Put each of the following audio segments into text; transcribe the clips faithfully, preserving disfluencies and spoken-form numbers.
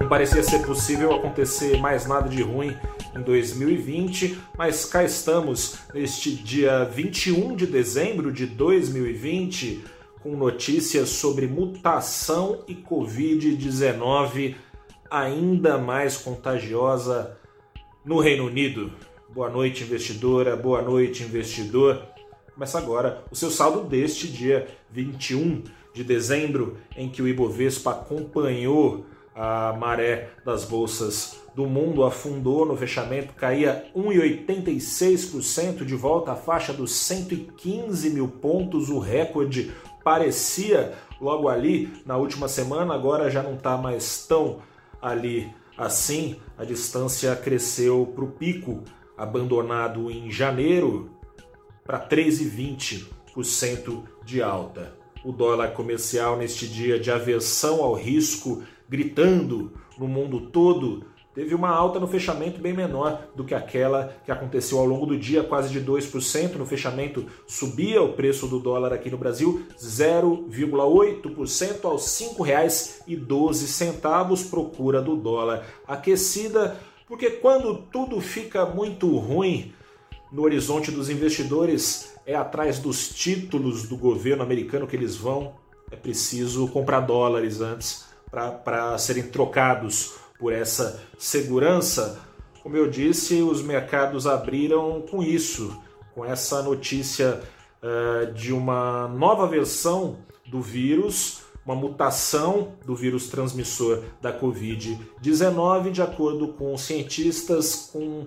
Não parecia ser possível acontecer mais nada de ruim em dois mil e vinte, mas cá estamos neste dia vinte e um de dezembro de dois mil e vinte com notícias sobre mutação e covid dezenove ainda mais contagiosa no Reino Unido. Boa noite, investidora, boa noite, investidor. Começa agora o seu saldo deste dia vinte e um de dezembro, em que o Ibovespa acompanhou a maré das bolsas do mundo, afundou no fechamento, caía um vírgula oitenta e seis por cento, de volta à faixa dos cento e quinze mil pontos, o recorde parecia logo ali na última semana, agora já não está mais tão ali assim, a distância cresceu para o pico abandonado em janeiro para três vírgula vinte por cento de alta. O dólar comercial neste dia de aversão ao risco, gritando no mundo todo, teve uma alta no fechamento bem menor do que aquela que aconteceu ao longo do dia, quase de dois por cento. No fechamento subia o preço do dólar aqui no Brasil zero vírgula oito por cento aos cinco reais e doze centavos, procura do dólar aquecida, porque quando tudo fica muito ruim no horizonte dos investidores, é atrás dos títulos do governo americano que eles vão. É preciso comprar dólares antes para serem trocados por essa segurança. Como eu disse, os mercados abriram com isso, com essa notícia uh, de uma nova versão do vírus, uma mutação do vírus transmissor da covid dezenove, de acordo com cientistas, com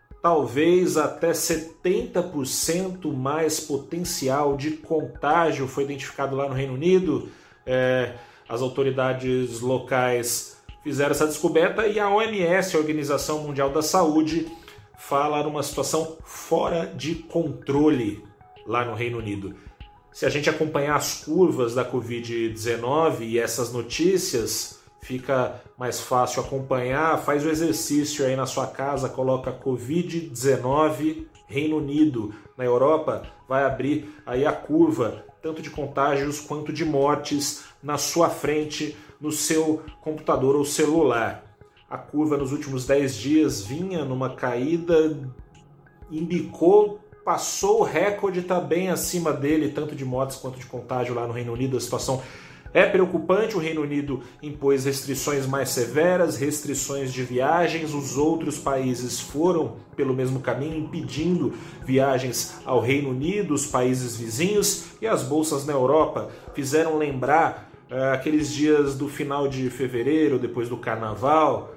talvez até setenta por cento mais potencial de contágio, foi identificado lá no Reino Unido. É, as autoridades locais fizeram essa descoberta e a O M S, a Organização Mundial da Saúde, fala numa situação fora de controle lá no Reino Unido. Se a gente acompanhar as curvas da covid dezenove e essas notícias, fica mais fácil acompanhar. Faz o exercício aí na sua casa, coloca covid dezenove Reino Unido. Na Europa vai abrir aí a curva, tanto de contágios quanto de mortes, na sua frente, no seu computador ou celular. A curva nos últimos dez dias vinha numa caída, embicou, passou o recorde, está bem acima dele, tanto de mortes quanto de contágio lá no Reino Unido. A situação é preocupante. O Reino Unido impôs restrições mais severas, restrições de viagens. Os outros países foram pelo mesmo caminho, impedindo viagens ao Reino Unido, os países vizinhos. E as bolsas na Europa fizeram lembrar uh, aqueles dias do final de fevereiro, depois do Carnaval.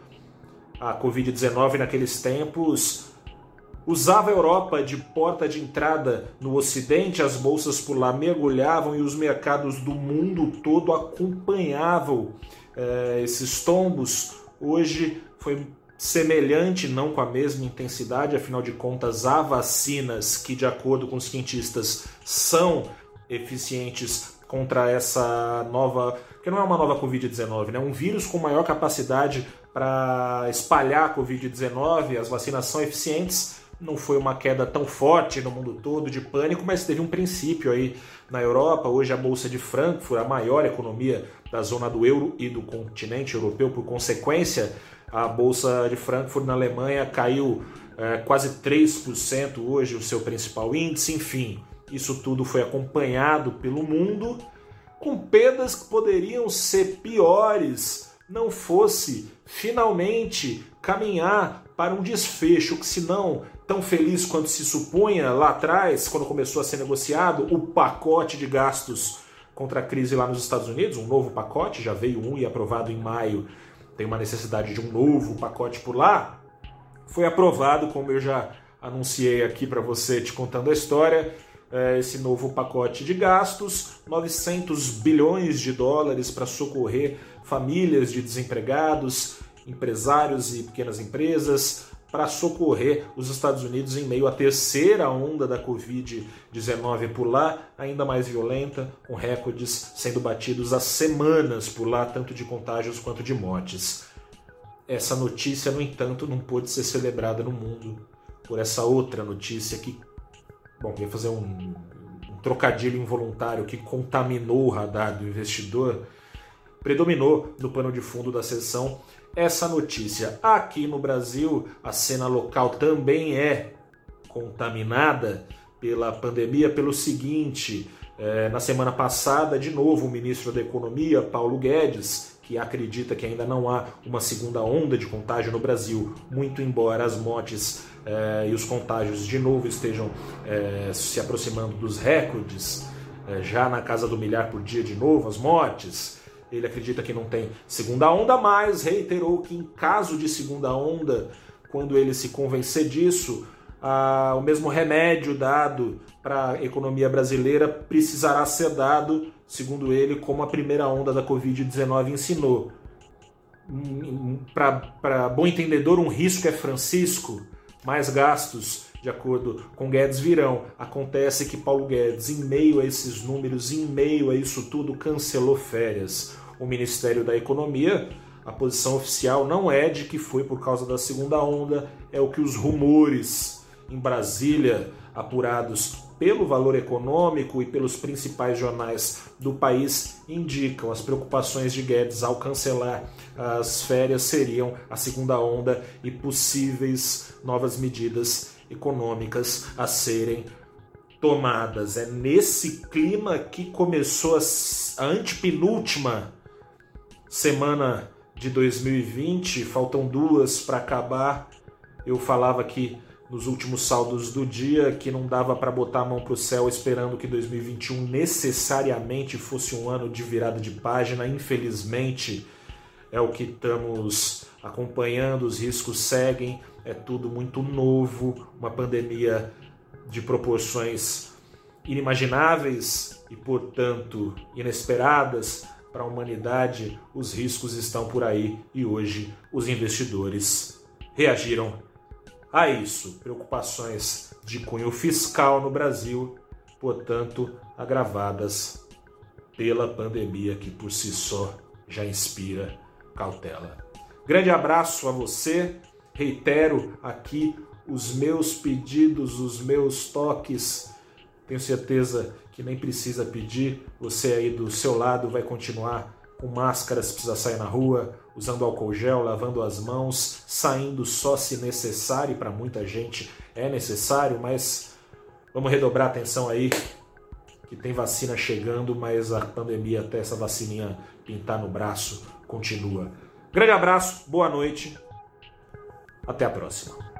A covid dezenove naqueles tempos usava a Europa de porta de entrada no Ocidente, as bolsas por lá mergulhavam e os mercados do mundo todo acompanhavam eh, esses tombos. Hoje foi semelhante, não com a mesma intensidade, afinal de contas há vacinas que, de acordo com os cientistas, são eficientes contra essa nova, que não é uma nova covid dezenove, né? Um vírus com maior capacidade para espalhar a covid dezenove, as vacinas são eficientes. Não foi uma queda tão forte no mundo todo de pânico, mas teve um princípio aí na Europa. Hoje a Bolsa de Frankfurt, a maior economia da zona do euro e do continente europeu, por consequência, a Bolsa de Frankfurt na Alemanha caiu é, quase três por cento hoje, o seu principal índice. Enfim, isso tudo foi acompanhado pelo mundo, com perdas que poderiam ser piores, não fosse finalmente caminhar para um desfecho que, se não tão feliz quanto se supunha lá atrás, quando começou a ser negociado o pacote de gastos contra a crise lá nos Estados Unidos, um novo pacote, já veio um e aprovado em maio, tem uma necessidade de um novo pacote por lá, foi aprovado, como eu já anunciei aqui para você, te contando a história, esse novo pacote de gastos, novecentos bilhões de dólares para socorrer famílias de desempregados, empresários e pequenas empresas, para socorrer os Estados Unidos em meio à terceira onda da covid dezenove por lá, ainda mais violenta, com recordes sendo batidos há semanas por lá, tanto de contágios quanto de mortes. Essa notícia, no entanto, não pôde ser celebrada no mundo por essa outra notícia que, bom, ia fazer um, um trocadilho involuntário que contaminou o radar do investidor, predominou no pano de fundo da sessão essa notícia. Aqui no Brasil, a cena local também é contaminada pela pandemia pelo seguinte: é, na semana passada, de novo, o ministro da Economia, Paulo Guedes, que acredita que ainda não há uma segunda onda de contágio no Brasil, muito embora as mortes é, e os contágios de novo estejam é, se aproximando dos recordes, é, já na casa do milhar por dia de novo, as mortes. Ele acredita que não tem segunda onda, mas reiterou que em caso de segunda onda, quando ele se convencer disso, ah, o mesmo remédio dado para a economia brasileira precisará ser dado, segundo ele, como a primeira onda da covid dezenove ensinou. Para bom entendedor, um risco é Francisco, mais gastos, de acordo com Guedes, virão. Acontece que Paulo Guedes, em meio a esses números, em meio a isso tudo, cancelou férias. O Ministério da Economia, a posição oficial não é de que foi por causa da segunda onda, é o que os rumores em Brasília, apurados pelo Valor Econômico e pelos principais jornais do país, indicam. As preocupações de Guedes ao cancelar as férias seriam a segunda onda e possíveis novas medidas econômicas a serem tomadas. É nesse clima que começou a antepenúltima semana de dois mil e vinte, faltam duas para acabar. Eu falava aqui nos últimos saldos do dia que não dava para botar a mão para o céu esperando que dois mil e vinte e um necessariamente fosse um ano de virada de página. Infelizmente é o que estamos acompanhando, os riscos seguem, é tudo muito novo, uma pandemia de proporções inimagináveis e, portanto, inesperadas para a humanidade. Os riscos estão por aí e hoje os investidores reagiram a isso. Preocupações de cunho fiscal no Brasil, portanto, agravadas pela pandemia que por si só já inspira cautela. Grande abraço a você. Reitero aqui os meus pedidos, os meus toques. Tenho certeza que nem precisa pedir. Você aí do seu lado vai continuar com máscara se precisar sair na rua, usando álcool gel, lavando as mãos, saindo só se necessário. Para muita gente é necessário, mas vamos redobrar a atenção aí, que tem vacina chegando, mas a pandemia, até essa vacininha pintar no braço, continua. Grande abraço, boa noite, até a próxima.